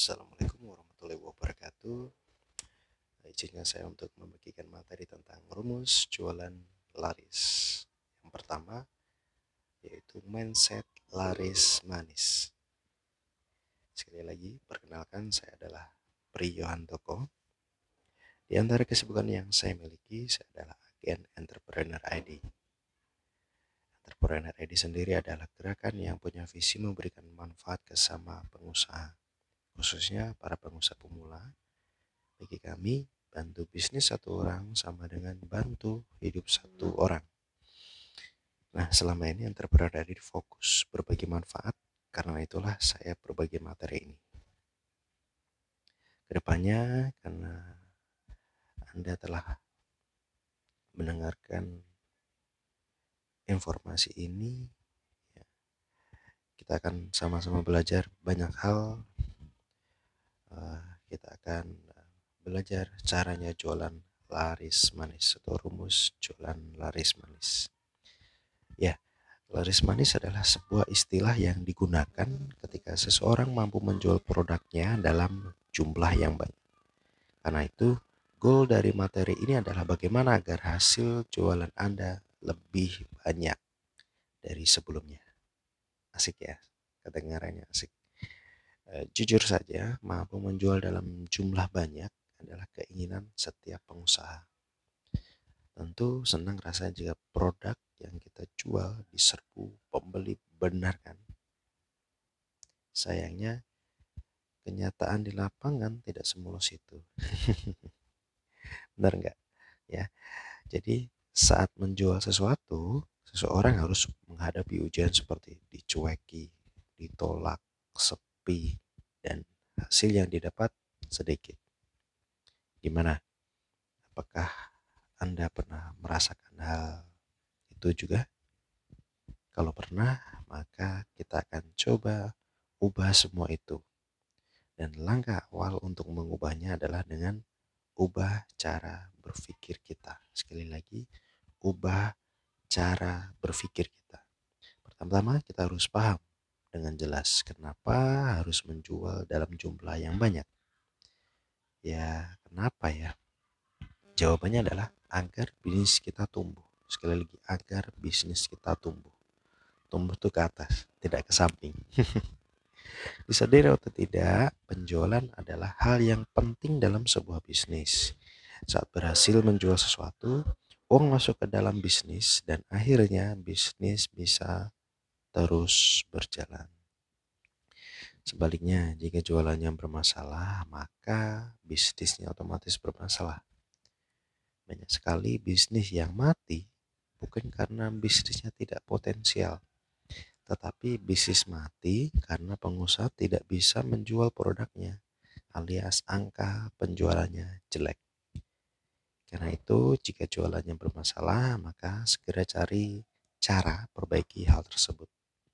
Assalamualaikum warahmatullahi wabarakatuh. Izinkan saya untuk membagikan materi tentang rumus jualan laris. Yang pertama yaitu mindset laris manis. Sekali lagi, perkenalkan saya adalah Pri Yohantoko. Di antara kesibukan yang saya miliki, saya adalah agen Entrepreneur ID. Entrepreneur ID sendiri adalah gerakan yang punya visi memberikan manfaat ke sama pengusaha, khususnya para pengusaha pemula. Bagi kami, bantu bisnis satu orang sama dengan bantu hidup satu orang. Nah, selama ini Entrepreneur dari fokus berbagi manfaat, karena itulah saya berbagi materi ini. Kedepannya, karena Anda telah mendengarkan informasi ini, kita akan sama-sama belajar banyak hal. Kita akan belajar caranya jualan laris manis atau rumus jualan laris manis. Ya, laris manis adalah sebuah istilah yang digunakan ketika seseorang mampu menjual produknya dalam jumlah yang banyak. Karena itu, goal dari materi ini adalah bagaimana agar hasil jualan Anda lebih banyak dari sebelumnya. Asik ya, kedengarannya asik. Jujur saja, mampu menjual dalam jumlah banyak adalah keinginan setiap pengusaha. Tentu senang rasanya jika produk yang kita jual diserbu pembeli benar kan. Sayangnya kenyataan di lapangan tidak semulus itu. Benar nggak? Ya. Jadi saat menjual sesuatu, seseorang harus menghadapi ujian seperti dicueki, ditolak, sepi, dan hasil yang didapat sedikit. Gimana? Apakah Anda pernah merasakan hal itu juga? Kalau pernah, maka kita akan coba ubah semua itu. Dan langkah awal untuk mengubahnya adalah dengan ubah cara berpikir kita. Sekali lagi, ubah cara berpikir kita. Pertama-tama kita harus paham dengan jelas kenapa harus menjual dalam jumlah yang banyak. Ya, kenapa ya? Jawabannya adalah agar bisnis kita tumbuh. Sekali lagi, agar bisnis kita tumbuh. Tumbuh itu ke atas, tidak ke samping. Disadari atau tidak, penjualan adalah hal yang penting dalam sebuah bisnis. Saat berhasil menjual sesuatu, uang masuk ke dalam bisnis dan akhirnya bisnis bisa terus berjalan. Sebaliknya, jika jualannya bermasalah, maka bisnisnya otomatis bermasalah. Banyak sekali bisnis yang mati bukan karena bisnisnya tidak potensial, tetapi bisnis mati karena pengusaha tidak bisa menjual produknya, alias angka penjualannya jelek. Karena itu, jika jualannya bermasalah, maka segera cari cara perbaiki hal tersebut.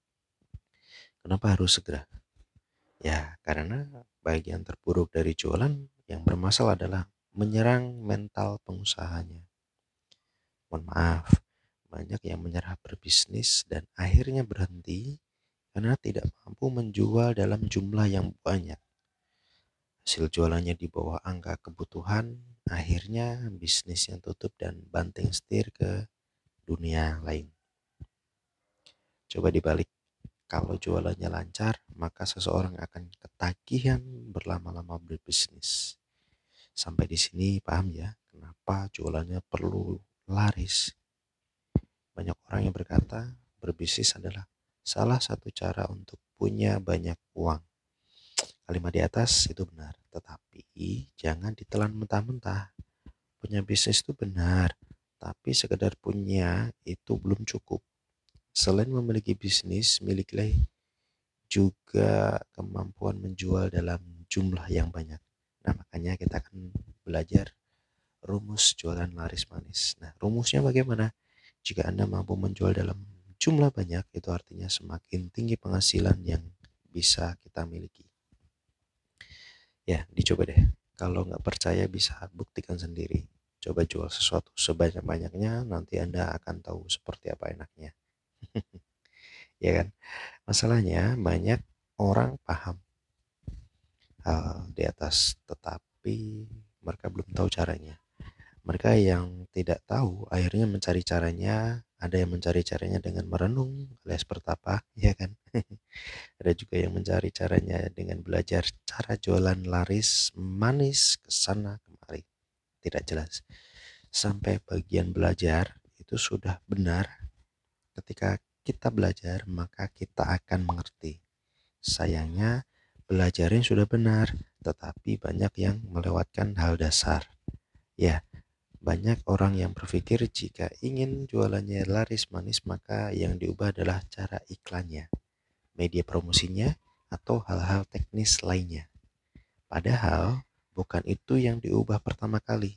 Kenapa harus segera? Ya, karena bagian terburuk dari jualan yang bermasalah adalah menyerang mental pengusahanya. Mohon maaf, banyak yang menyerah berbisnis dan akhirnya berhenti karena tidak mampu menjual dalam jumlah yang banyak. Hasil jualannya di bawah angka kebutuhan, akhirnya bisnisnya tutup dan banting setir ke dunia lain. Coba dibalik, kalau jualannya lancar, maka seseorang akan ketagihan berlama-lama berbisnis. Sampai di sini paham ya, kenapa jualannya perlu laris. Banyak orang yang berkata berbisnis adalah salah satu cara untuk punya banyak uang. Kalimat di atas itu benar, tetapi jangan ditelan mentah-mentah. Punya bisnis itu benar, tapi sekedar punya itu belum cukup. Selain memiliki bisnis, milikilah juga kemampuan menjual dalam jumlah yang banyak. Nah, makanya kita akan belajar rumus jualan laris manis. Nah, rumusnya bagaimana? Jika Anda mampu menjual dalam jumlah banyak, itu artinya semakin tinggi penghasilan yang bisa kita miliki. Ya, dicoba deh. Kalau nggak percaya bisa buktikan sendiri. Coba jual sesuatu sebanyak-banyaknya, nanti Anda akan tahu seperti apa enaknya. Ya kan? Masalahnya banyak orang paham hal di atas, tetapi mereka belum tahu caranya. Mereka yang tidak tahu akhirnya mencari caranya, ada yang mencari caranya dengan merenung alias bertapa, ya kan? Ada juga yang mencari caranya dengan belajar cara jualan laris manis ke sana kemari. Tidak jelas. Sampai bagian belajar itu sudah benar. Ketika kita belajar, maka kita akan mengerti. Sayangnya, belajarnya sudah benar, tetapi banyak yang melewatkan hal dasar. Ya, banyak orang yang berpikir jika ingin jualannya laris manis, maka yang diubah adalah cara iklannya, media promosinya, atau hal-hal teknis lainnya. Padahal, bukan itu yang diubah pertama kali.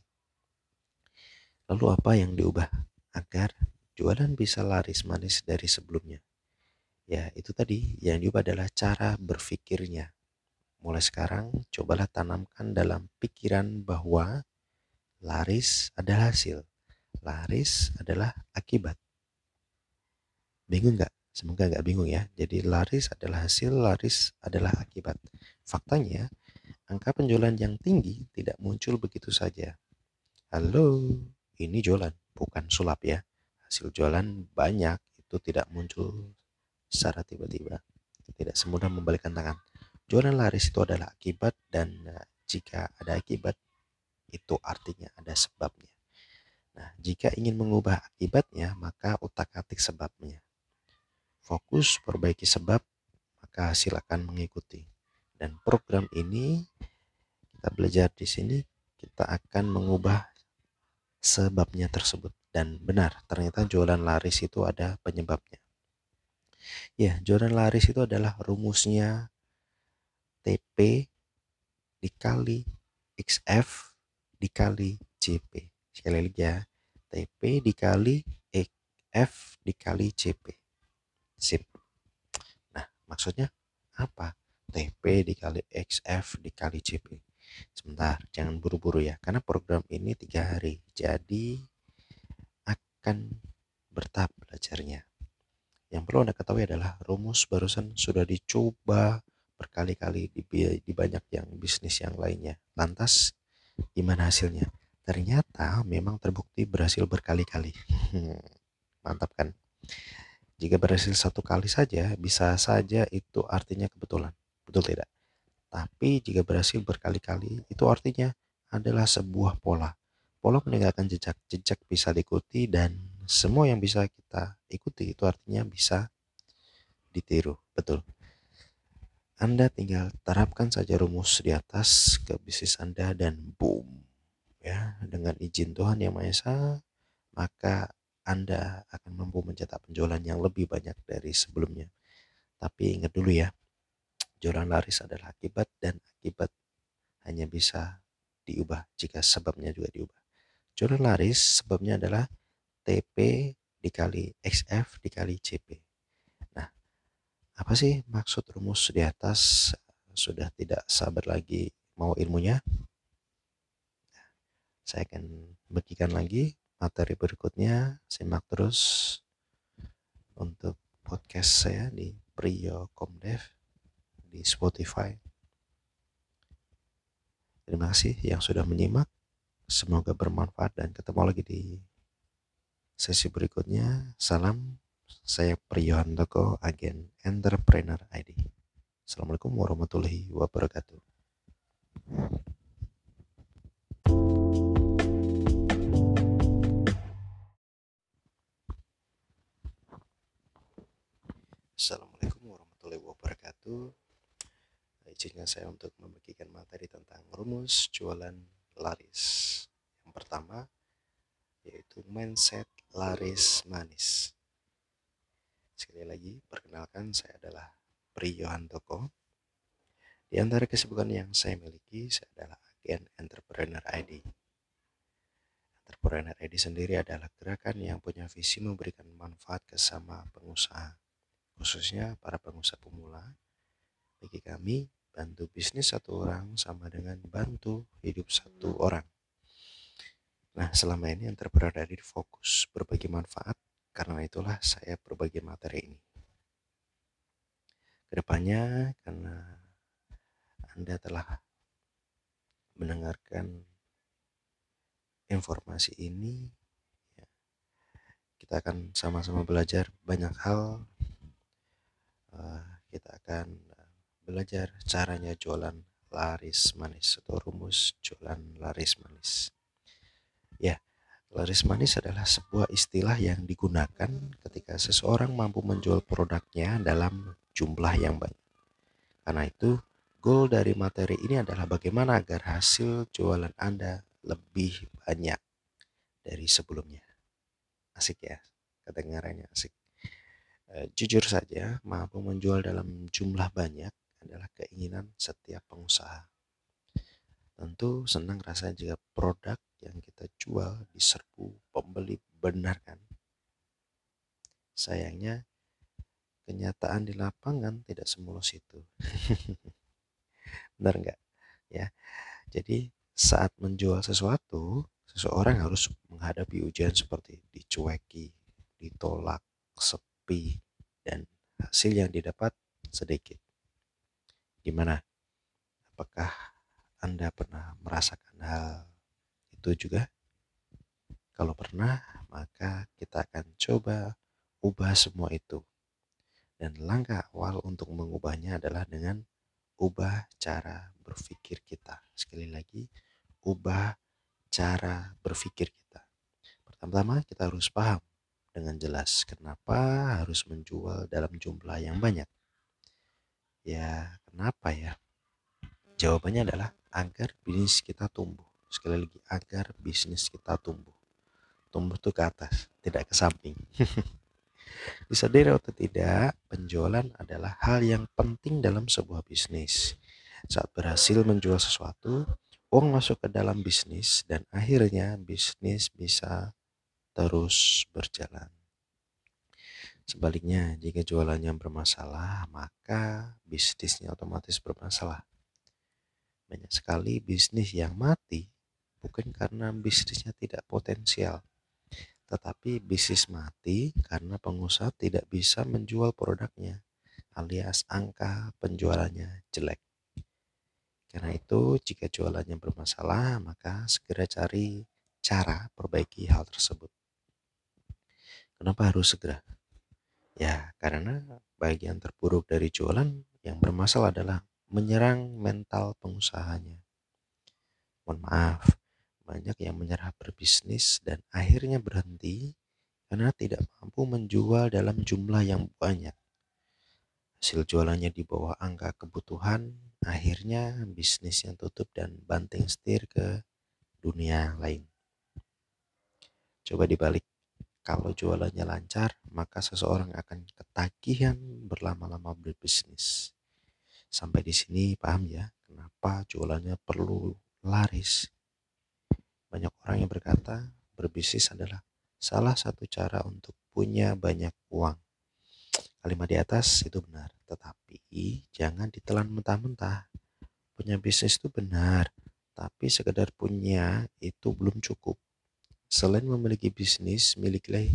Lalu apa yang diubah? Agar jualan bisa laris manis dari sebelumnya. Ya, itu tadi yang diubah adalah cara berpikirnya. Mulai sekarang, cobalah tanamkan dalam pikiran bahwa laris adalah hasil, laris adalah akibat. Bingung nggak? Semoga nggak bingung ya. Jadi laris adalah hasil, laris adalah akibat. Faktanya, angka penjualan yang tinggi tidak muncul begitu saja. Halo, ini jualan, bukan sulap ya. Hasil jualan banyak, itu tidak muncul secara tiba-tiba. Tidak semudah membalikkan tangan. Jualan laris itu adalah akibat dan jika ada akibat, itu artinya ada sebabnya. Nah, jika ingin mengubah akibatnya, maka utak-atik sebabnya. Fokus perbaiki sebab, maka hasil akan mengikuti. Dan program ini kita belajar di sini, kita akan mengubah sebabnya tersebut. Dan benar, ternyata jualan laris itu ada penyebabnya. Ya, jualan laris itu adalah rumusnya TP dikali XF dikali CP. Sekali lagi ya, TP dikali XF dikali CP. Sip. Nah, maksudnya apa? TP dikali XF dikali CP. Sebentar, jangan buru-buru ya, karena program ini 3 hari. Jadi akan bertahap belajarnya. Yang perlu Anda ketahui adalah rumus barusan sudah dicoba berkali-kali di banyak yang bisnis yang lainnya. Lantas, gimana hasilnya? Ternyata memang terbukti berhasil berkali-kali. Mantap kan? Jika berhasil satu kali saja, bisa saja itu artinya kebetulan. Betul tidak? Tapi jika berhasil berkali-kali, itu artinya adalah sebuah pola. Pola meninggalkan jejak. Jejak bisa diikuti dan semua yang bisa kita ikuti itu artinya bisa ditiru. Betul. Anda tinggal terapkan saja rumus di atas ke bisnis Anda dan boom. Ya, dengan izin Tuhan Yang Maha Esa, maka Anda akan mampu mencetak penjualan yang lebih banyak dari sebelumnya. Tapi ingat dulu ya, jualan laris adalah akibat dan akibat hanya bisa diubah jika sebabnya juga diubah. Jualan laris sebabnya adalah TP dikali XF dikali CP. Nah, apa sih maksud rumus di atas? Sudah tidak sabar lagi mau ilmunya? Saya akan bagikan lagi materi berikutnya. Simak terus untuk podcast saya di Priyo Komdev di Spotify. Terima kasih yang sudah menyimak. Semoga bermanfaat dan ketemu lagi di sesi berikutnya. Salam, saya Priyo Handoko, agen Entrepreneur ID. Assalamualaikum warahmatullahi wabarakatuh. Assalamualaikum warahmatullahi wabarakatuh. Izinkan saya untuk membagikan materi tentang rumus jualan laris. Yang pertama yaitu mindset laris manis. Sekali lagi, perkenalkan saya adalah Priyo Handoko. Di antara kesibukan yang saya miliki, saya adalah agen Entrepreneur ID. Entrepreneur ID sendiri adalah gerakan yang punya visi memberikan manfaat ke sama pengusaha, khususnya para pengusaha pemula. Bagi kami, bantu bisnis satu orang sama dengan bantu hidup satu orang. Nah, selama ini Entrepreneur ID fokus berbagi manfaat, karena itulah saya berbagi materi ini. Kedepannya, karena Anda telah mendengarkan informasi ini. Ya, kita akan sama-sama belajar banyak hal. Kita akan belajar caranya jualan laris manis atau rumus jualan laris manis. Ya, laris manis adalah sebuah istilah yang digunakan ketika seseorang mampu menjual produknya dalam jumlah yang banyak. Karena itu, goal dari materi ini adalah bagaimana agar hasil jualan Anda lebih banyak dari sebelumnya. Asik ya, kedengarannya asik. Jujur saja, mampu menjual dalam jumlah banyak adalah keinginan setiap pengusaha. Tentu senang rasanya jika produk yang kita jual diserbu pembeli benar kan? Sayangnya, kenyataan di lapangan tidak semulus itu. Benar nggak? Ya, jadi saat menjual sesuatu, seseorang harus menghadapi ujian seperti dicueki, ditolak, sepi, dan hasil yang didapat sedikit. Gimana? Apakah Anda pernah merasakan hal itu juga? Kalau pernah, maka kita akan coba ubah semua itu. Dan langkah awal untuk mengubahnya adalah dengan ubah cara berpikir kita. Sekali lagi, ubah cara berpikir kita. Pertama-tama kita harus paham dengan jelas kenapa harus menjual dalam jumlah yang banyak. Ya, kenapa ya? Jawabannya adalah agar bisnis kita tumbuh. Sekali lagi, agar bisnis kita tumbuh. Tumbuh tuh ke atas, tidak ke samping. Disadari atau tidak, penjualan adalah hal yang penting dalam sebuah bisnis. Saat berhasil menjual sesuatu, uang masuk ke dalam bisnis dan akhirnya bisnis bisa terus berjalan. Sebaliknya, jika jualannya bermasalah, maka bisnisnya otomatis bermasalah. Banyak sekali bisnis yang mati bukan karena bisnisnya tidak potensial, tetapi bisnis mati karena pengusaha tidak bisa menjual produknya, alias angka penjualannya jelek. Karena itu, jika jualannya bermasalah, maka segera cari cara perbaiki hal tersebut. Kenapa harus segera? Ya, karena bagian terburuk dari jualan yang bermasalah adalah menyerang mental pengusahanya. Mohon maaf, banyak yang menyerah berbisnis dan akhirnya berhenti karena tidak mampu menjual dalam jumlah yang banyak. Hasil jualannya di bawah angka kebutuhan, akhirnya bisnisnya tutup dan banting setir ke dunia lain. Coba dibalik. Kalau jualannya lancar, maka seseorang akan ketagihan berlama-lama berbisnis. Sampai di sini paham ya, kenapa jualannya perlu laris. Banyak orang yang berkata, berbisnis adalah salah satu cara untuk punya banyak uang. Kalimat di atas itu benar, tetapi jangan ditelan mentah-mentah. Punya bisnis itu benar, tapi sekedar punya itu belum cukup. Selain memiliki bisnis, milikilah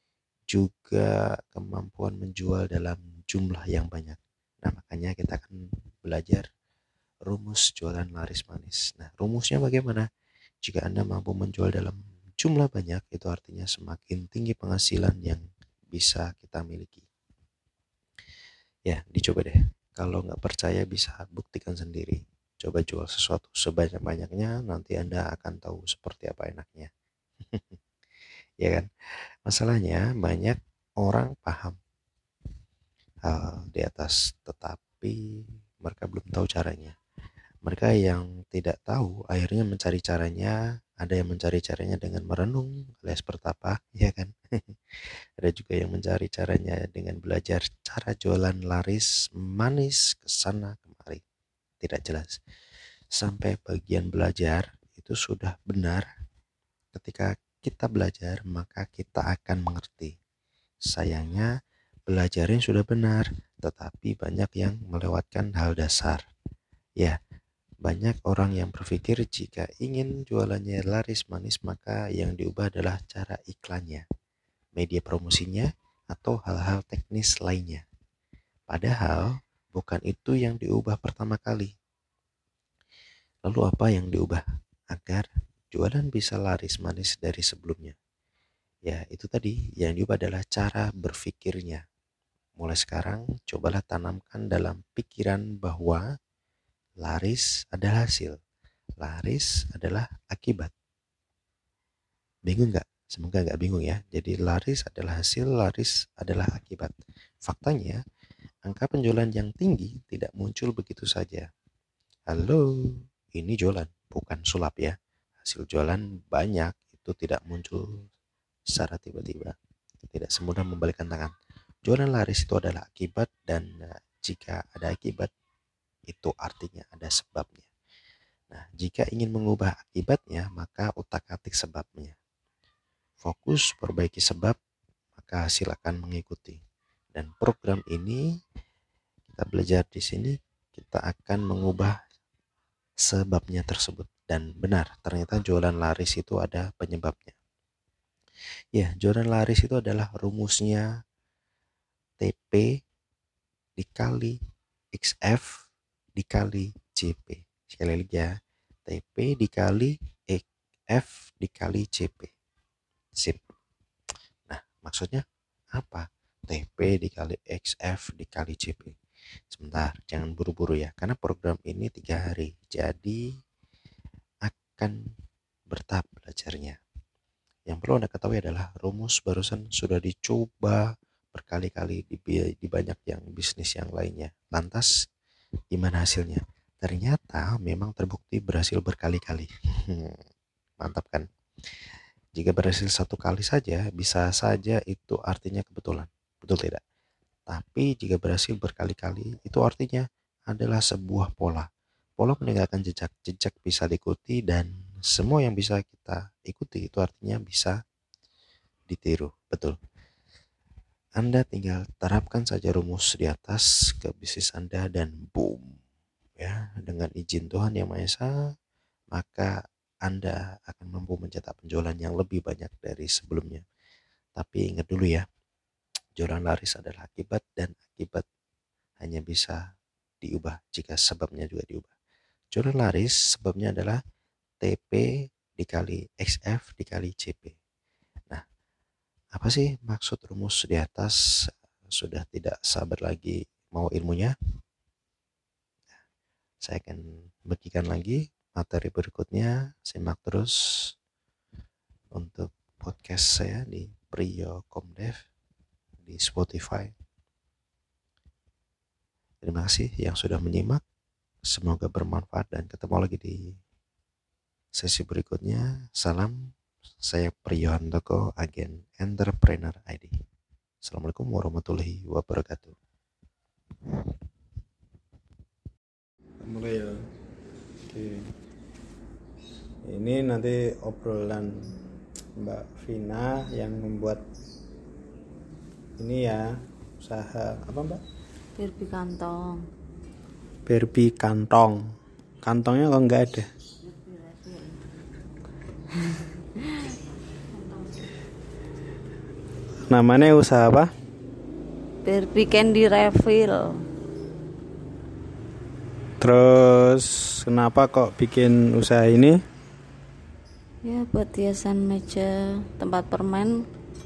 juga kemampuan menjual dalam jumlah yang banyak. Nah, makanya kita akan belajar rumus jualan laris manis. Nah, rumusnya bagaimana? Jika Anda mampu menjual dalam jumlah banyak, itu artinya semakin tinggi penghasilan yang bisa kita miliki. Ya, dicoba deh. Kalau nggak percaya bisa buktikan sendiri. Coba jual sesuatu sebanyak-banyaknya, nanti Anda akan tahu seperti apa enaknya. Ya kan? Masalahnya banyak orang paham hal di atas, tetapi mereka belum tahu caranya. Mereka yang tidak tahu akhirnya mencari caranya, ada yang mencari caranya dengan merenung alias bertapa, ya kan? Ada juga yang mencari caranya dengan belajar cara jualan laris manis ke sana kemari. Tidak jelas. Sampai bagian belajar itu sudah benar. Ketika kita belajar, maka kita akan mengerti. Sayangnya, belajarnya sudah benar, tetapi banyak yang melewatkan hal dasar. Ya, banyak orang yang berpikir jika ingin jualannya laris manis, maka yang diubah adalah cara iklannya, media promosinya, atau hal-hal teknis lainnya. Padahal, bukan itu yang diubah pertama kali. Lalu apa yang diubah agar jualan bisa laris manis dari sebelumnya? Ya, itu tadi yang diubah adalah cara berpikirnya. Mulai sekarang, cobalah tanamkan dalam pikiran bahwa laris adalah hasil, laris adalah akibat. Bingung nggak? Semoga nggak bingung ya. Jadi laris adalah hasil, laris adalah akibat. Faktanya, angka penjualan yang tinggi tidak muncul begitu saja. Halo, ini jualan, bukan sulap ya. Hasil jualan banyak itu tidak muncul secara tiba-tiba. Tidak semudah membalikkan tangan. Jualan laris itu adalah akibat dan jika ada akibat itu artinya ada sebabnya. Nah, jika ingin mengubah akibatnya, maka utak-atik sebabnya. Fokus perbaiki sebab, maka hasil akan mengikuti. Dan program ini kita belajar di sini, kita akan mengubah sebabnya tersebut. Dan benar, ternyata jualan laris itu ada penyebabnya. Ya, jualan laris itu adalah rumusnya TP dikali XF dikali CP. Sekali lagi ya, TP dikali XF dikali CP. Sip. Nah, maksudnya apa? TP dikali XF dikali CP. Sebentar, jangan buru-buru ya, karena program ini 3 hari. Jadi akan bertahap belajarnya. Yang perlu Anda ketahui adalah rumus barusan sudah dicoba berkali-kali di banyak yang bisnis yang lainnya. Lantas gimana hasilnya? Ternyata memang terbukti berhasil berkali-kali. Mantap kan? Jika berhasil 1 kali saja, bisa saja itu artinya kebetulan. Betul tidak? Tapi jika berhasil berkali-kali, itu artinya adalah sebuah pola. Pola meninggalkan jejak. Jejak bisa diikuti dan semua yang bisa kita ikuti itu artinya bisa ditiru. Betul. Anda tinggal terapkan saja rumus di atas ke bisnis Anda dan boom. Ya, dengan izin Tuhan Yang Maha Esa, maka Anda akan mampu mencetak penjualan yang lebih banyak dari sebelumnya. Tapi ingat dulu ya, jualan laris adalah akibat dan akibat hanya bisa diubah jika sebabnya juga diubah. Jualan laris sebabnya adalah TP dikali XF dikali CP. Nah, apa sih maksud rumus di atas? Sudah tidak sabar lagi mau ilmunya? Saya akan bagikan lagi materi berikutnya. Simak terus untuk podcast saya di Priyo Komdev di Spotify. Terima kasih yang sudah menyimak. Semoga bermanfaat dan ketemu lagi di sesi berikutnya. Salam, saya Priyo Handoko, agen Entrepreneur ID. Assalamualaikum warahmatullahi wabarakatuh. Mulai ya. Oke. Ini nanti obrolan Mbak Vina yang membuat ini ya, usaha apa Mbak? Barbie kantong. Barbie kantong. Kantongnya kok nggak ada? Namanya usaha apa? Barbie candy refill. Terus kenapa kok bikin usaha ini? Ya buat hiasan meja, tempat permen.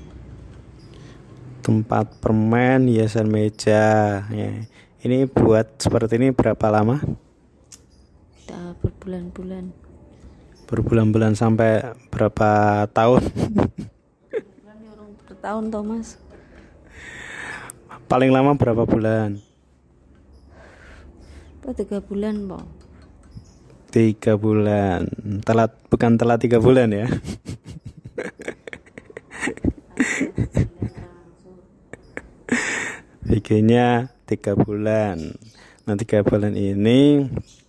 Tempat permen, hiasan meja. Ya. Ini buat seperti ini berapa lama? Udah berbulan-bulan. Berbulan-bulan sampai berapa tahun? Bertahun toh mas. Paling lama berapa bulan? 3 bulan po. 3 bulan. Telat, bukan telat 3 bulan ya. Bikinnya 3 bulan. Nah 3 bulan ini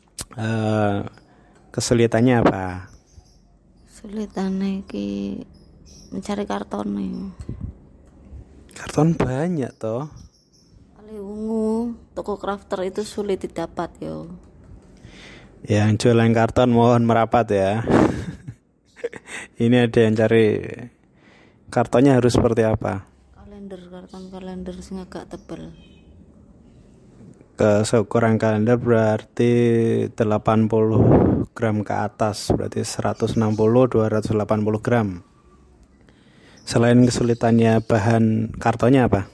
kesulitannya apa? Sulitannya ki mencari kartonnya. Karton banyak toh. Kali ungu, toko crafter itu sulit didapat yo. Yang jualan karton mohon merapat ya. Ini ada yang cari kartonnya harus seperti apa? Karton kalender sing agak tebel. Seukuran kalender berarti 80 gram ke atas, berarti 160-280 gram. Selain kesulitannya bahan kartonnya apa?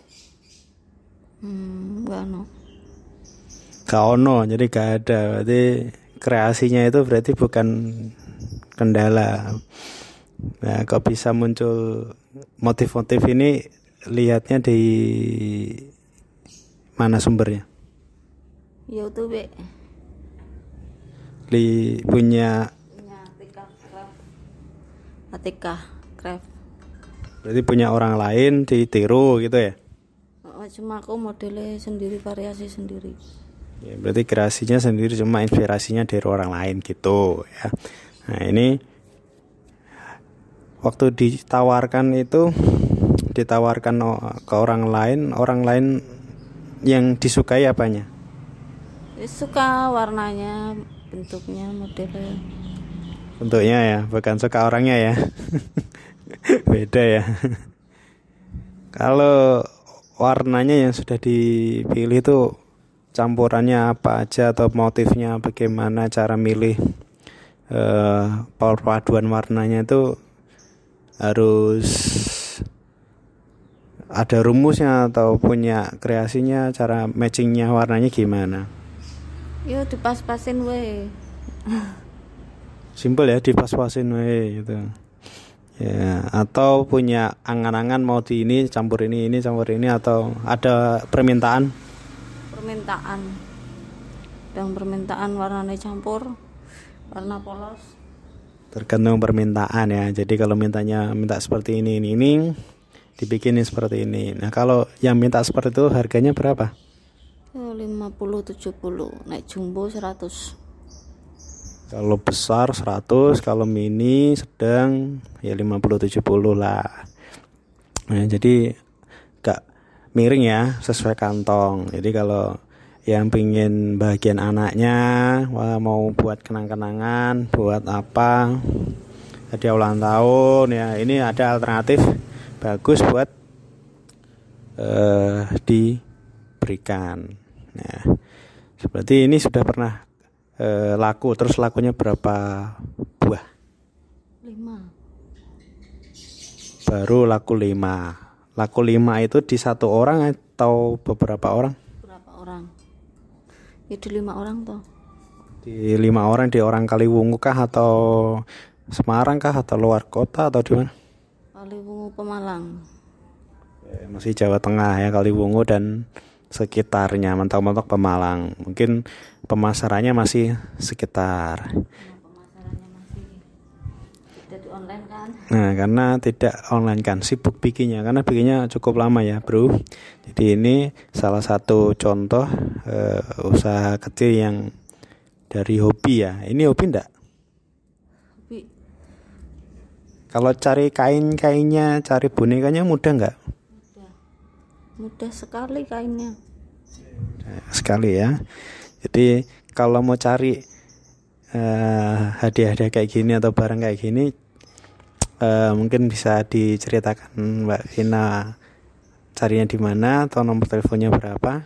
Enggak no. Gak ono, jadi gak ada. Berarti kreasinya itu berarti bukan kendala. Nah, kok bisa muncul motif-motif ini, lihatnya di mana sumbernya? YouTube. Punya Atika Craft. berarti punya orang lain ditiru gitu ya? Cuma aku modelnya sendiri, variasi sendiri. Ya, berarti kreasinya sendiri, cuma inspirasinya dari orang lain gitu ya. Nah, ini waktu ditawarkan ke orang lain yang disukai apanya? Suka warnanya, bentuknya, modelnya. Bentuknya ya, bukan suka orangnya ya. Beda ya. Kalau warnanya yang sudah dipilih itu campurannya apa aja, atau motifnya bagaimana, cara milih perpaduan warnanya itu harus ada rumusnya atau punya kreasinya, cara matchingnya warnanya gimana? Yo dipas-pasin we. Simpel ya, dipas-pasin we gitu. Ya, atau punya angan-angan mau di ini campur ini campur ini, atau ada permintaan dan permintaan warnanya campur, warna polos. Tergantung permintaan ya. Jadi kalau minta seperti ini dibikinin seperti ini. Nah, kalau yang minta seperti itu harganya berapa? 50-70, naik jumbo 100. Kalau besar 100, kalau mini sedang ya 50-70 lah. Nah, jadi gak miring ya, sesuai kantong. Jadi kalau yang pingin bagian anaknya, mau buat kenang-kenangan, buat apa, hadiah ulang tahun ya, ini ada alternatif bagus buat diberikan. Nah, seperti ini sudah pernah laku. Terus lakunya berapa buah? 5. Baru laku 5. Laku 5 itu di satu orang atau beberapa orang? Berapa orang? Ya di 5 orang toh. Di 5 orang, di orang Kaliwungu kah, atau Semarang kah, atau luar kota, atau di mana? Kaliwungu, Pemalang. Masih Jawa Tengah ya, Kaliwungu dan sekitarnya, mentok-mentok Pemalang. Mungkin pemasarannya masih sekitar. Pemasarannya masih tidak di online kan? Nah, karena tidak online kan, sibuk bikinnya, karena bikinnya cukup lama ya bro. Jadi ini salah satu contoh usaha kecil yang dari hobi ya. Ini hobi enggak? Hobi. Kalau cari kain-kainnya, cari bonekanya mudah enggak? Mudah sekali kainnya. Sekali ya. Jadi kalau mau cari hadiah-hadiah kayak gini atau barang kayak gini, mungkin bisa diceritakan Mbak Vina carinya di mana atau nomor teleponnya berapa?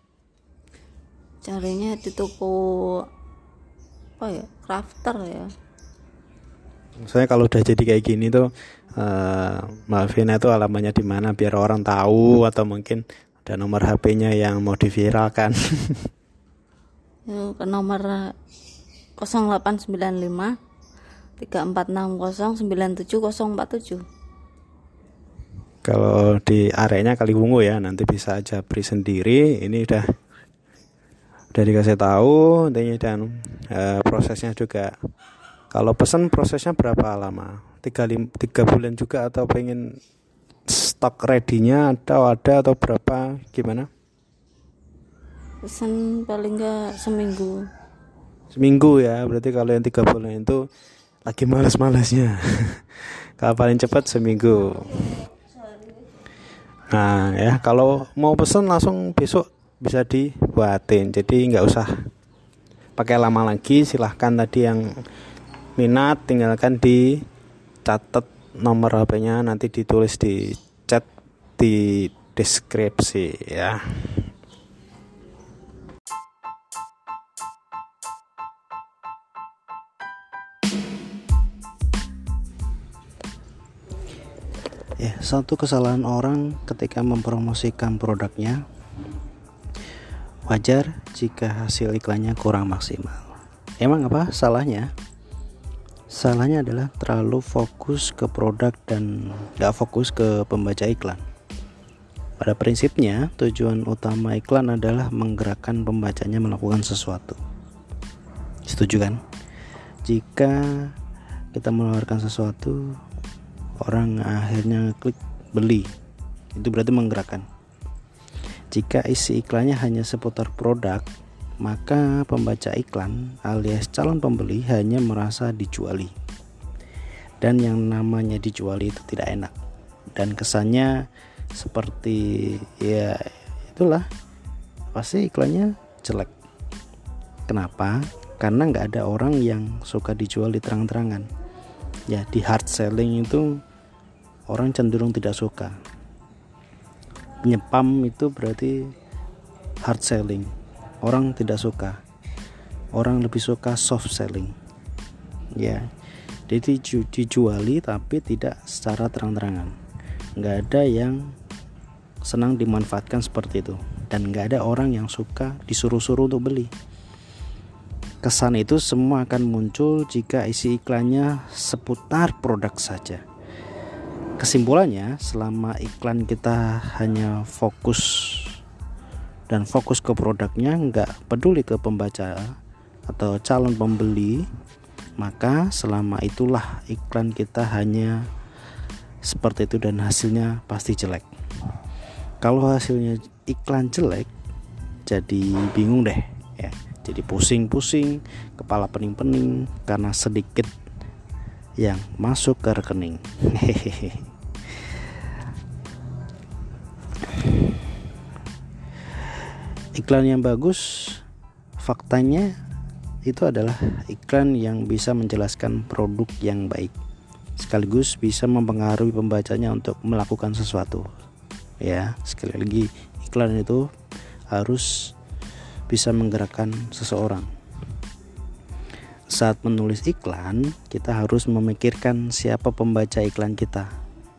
Carinya di toko crafter ya. Saya kalau udah jadi kayak gini tuh Mbak Vina itu alamatnya di mana biar orang tahu, atau mungkin ada nomor HP-nya yang mau diviralkan. Ke nomor 0895 3460 97047. Kalau di areanya Kaliwungu ya, nanti bisa aja beri sendiri. Ini udah dikasih tahu intinya, dan prosesnya juga. Kalau pesan prosesnya berapa lama? 3 bulan juga, atau pengen stok ready-nya ada atau berapa, gimana? Pesan paling enggak seminggu. Seminggu ya, berarti kalau yang 3 bulan itu lagi malas-malasnya. Kalau paling cepat seminggu. Nah ya, kalau mau pesan langsung besok bisa dibuatin, jadi nggak usah pakai lama lagi. Silahkan tadi yang minat tinggalkan di catat nomor HP-nya, nanti ditulis di chat di deskripsi ya. Satu kesalahan orang ketika mempromosikan produknya, wajar jika hasil iklannya kurang maksimal. Emang apa salahnya? Salahnya adalah terlalu fokus ke produk dan gak fokus ke pembaca iklan. Pada prinsipnya, tujuan utama iklan adalah menggerakkan pembacanya melakukan sesuatu. Setuju kan? Jika kita menawarkan sesuatu, orang akhirnya klik beli, itu berarti menggerakkan. Jika isi iklannya hanya seputar produk, maka pembaca iklan alias calon pembeli hanya merasa dijuali. Dan yang namanya dijuali itu tidak enak. Dan kesannya seperti itulah, pasti iklannya jelek. Kenapa? Karena nggak ada orang yang suka dijual di terang-terangan. Di hard selling itu orang cenderung tidak suka. Nyepam itu berarti hard selling, orang tidak suka. Orang lebih suka soft selling. Jadi dijuali tapi tidak secara terang-terangan. Nggak ada yang senang dimanfaatkan seperti itu, dan nggak ada orang yang suka disuruh-suruh untuk beli. Kesan itu semua akan muncul jika isi iklannya seputar produk saja. Kesimpulannya, selama iklan kita hanya fokus ke produknya, nggak peduli ke pembaca atau calon pembeli, maka selama itulah iklan kita hanya seperti itu dan hasilnya pasti jelek. Kalau hasilnya iklan jelek, jadi bingung deh jadi pusing-pusing, kepala pening-pening karena sedikit yang masuk ke rekening. Iklan yang bagus faktanya itu adalah iklan yang bisa menjelaskan produk yang baik, sekaligus bisa mempengaruhi pembacanya untuk melakukan sesuatu. Sekali lagi, iklan itu harus bisa menggerakkan seseorang. Saat menulis iklan, kita harus memikirkan siapa pembaca iklan kita.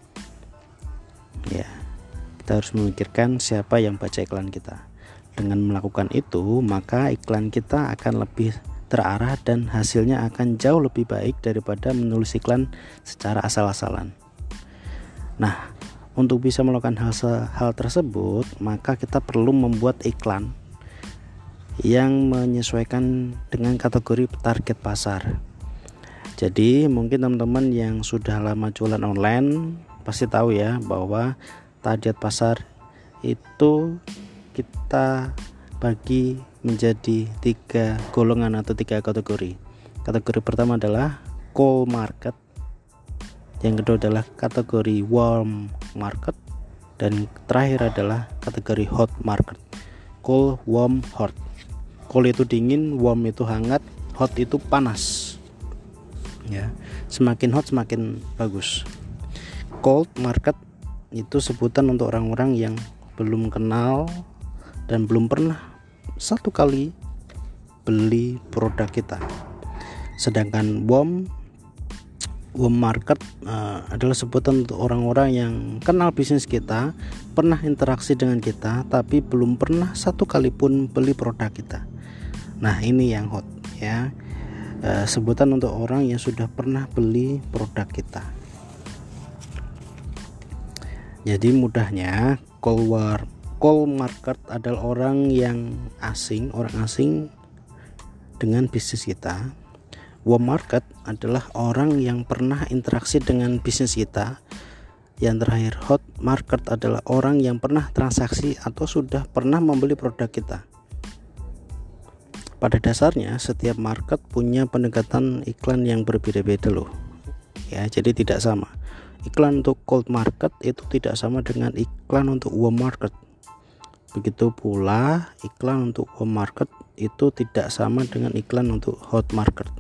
Kita harus memikirkan siapa yang baca iklan kita. Dengan melakukan itu, maka iklan kita akan lebih terarah dan hasilnya akan jauh lebih baik daripada menulis iklan secara asal-asalan. Nah, untuk bisa melakukan hal tersebut, maka kita perlu membuat iklan yang menyesuaikan dengan kategori target pasar. Jadi mungkin teman-teman yang sudah lama jualan online pasti tahu bahwa target pasar itu kita bagi menjadi 3 golongan atau 3 kategori. Kategori pertama adalah cold market, yang kedua adalah kategori warm market, dan terakhir adalah kategori hot market. Cold, warm, hot. Cold itu dingin, warm itu hangat, hot itu panas. Semakin hot semakin bagus. Cold market itu sebutan untuk orang-orang yang belum kenal dan belum pernah satu kali beli produk kita. Sedangkan warm market adalah sebutan untuk orang-orang yang kenal bisnis kita, pernah interaksi dengan kita, tapi belum pernah satu kali pun beli produk kita. Nah, ini yang hot sebutan untuk orang yang sudah pernah beli produk kita. Jadi mudahnya, cold market adalah orang asing dengan bisnis kita. Warm market adalah orang yang pernah interaksi dengan bisnis kita. Yang terakhir, hot market adalah orang yang pernah transaksi atau sudah pernah membeli produk kita. Pada dasarnya setiap market punya pendekatan iklan yang berbeda-beda loh. Jadi tidak sama. Iklan untuk cold market itu tidak sama dengan iklan untuk warm market. Begitu pula iklan untuk warm market itu tidak sama dengan iklan untuk hot market.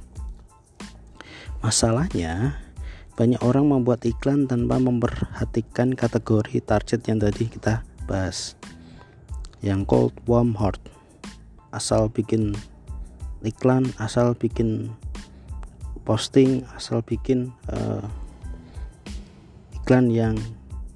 Masalahnya, banyak orang membuat iklan tanpa memperhatikan kategori target yang tadi kita bahas. Yang cold, warm, hot. Asal bikin iklan, asal bikin posting, asal bikin iklan yang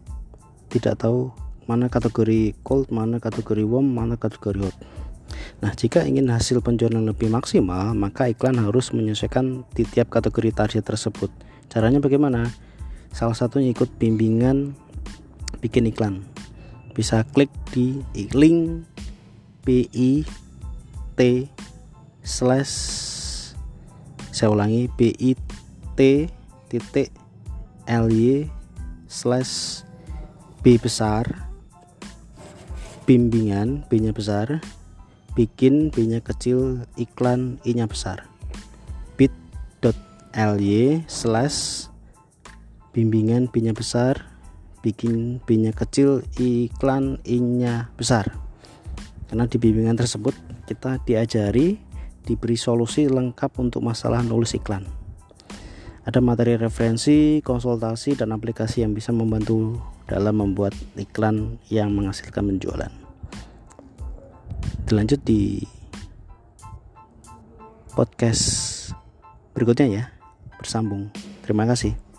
tidak tahu mana kategori cold, mana kategori warm, mana kategori hot. Nah, jika ingin hasil penjualan lebih maksimal, maka iklan harus menyesuaikan di tiap kategori target tersebut. Caranya bagaimana? Salah satunya ikut bimbingan bikin iklan. Bisa klik di link bit/, saya ulangi, bit.ly/b besar, bimbingan, B-nya besar, bikin, B-nya kecil, iklan, I-nya besar. bit.ly/bimbingan, B-nya besar, bikin, B-nya kecil, iklan, I-nya besar. Karena di bimbingan tersebut kita diajari, diberi solusi lengkap untuk masalah nulis iklan. Ada materi referensi, konsultasi, dan aplikasi yang bisa membantu dalam membuat iklan yang menghasilkan penjualan. Dilanjut di podcast berikutnya ya, bersambung. Terima kasih.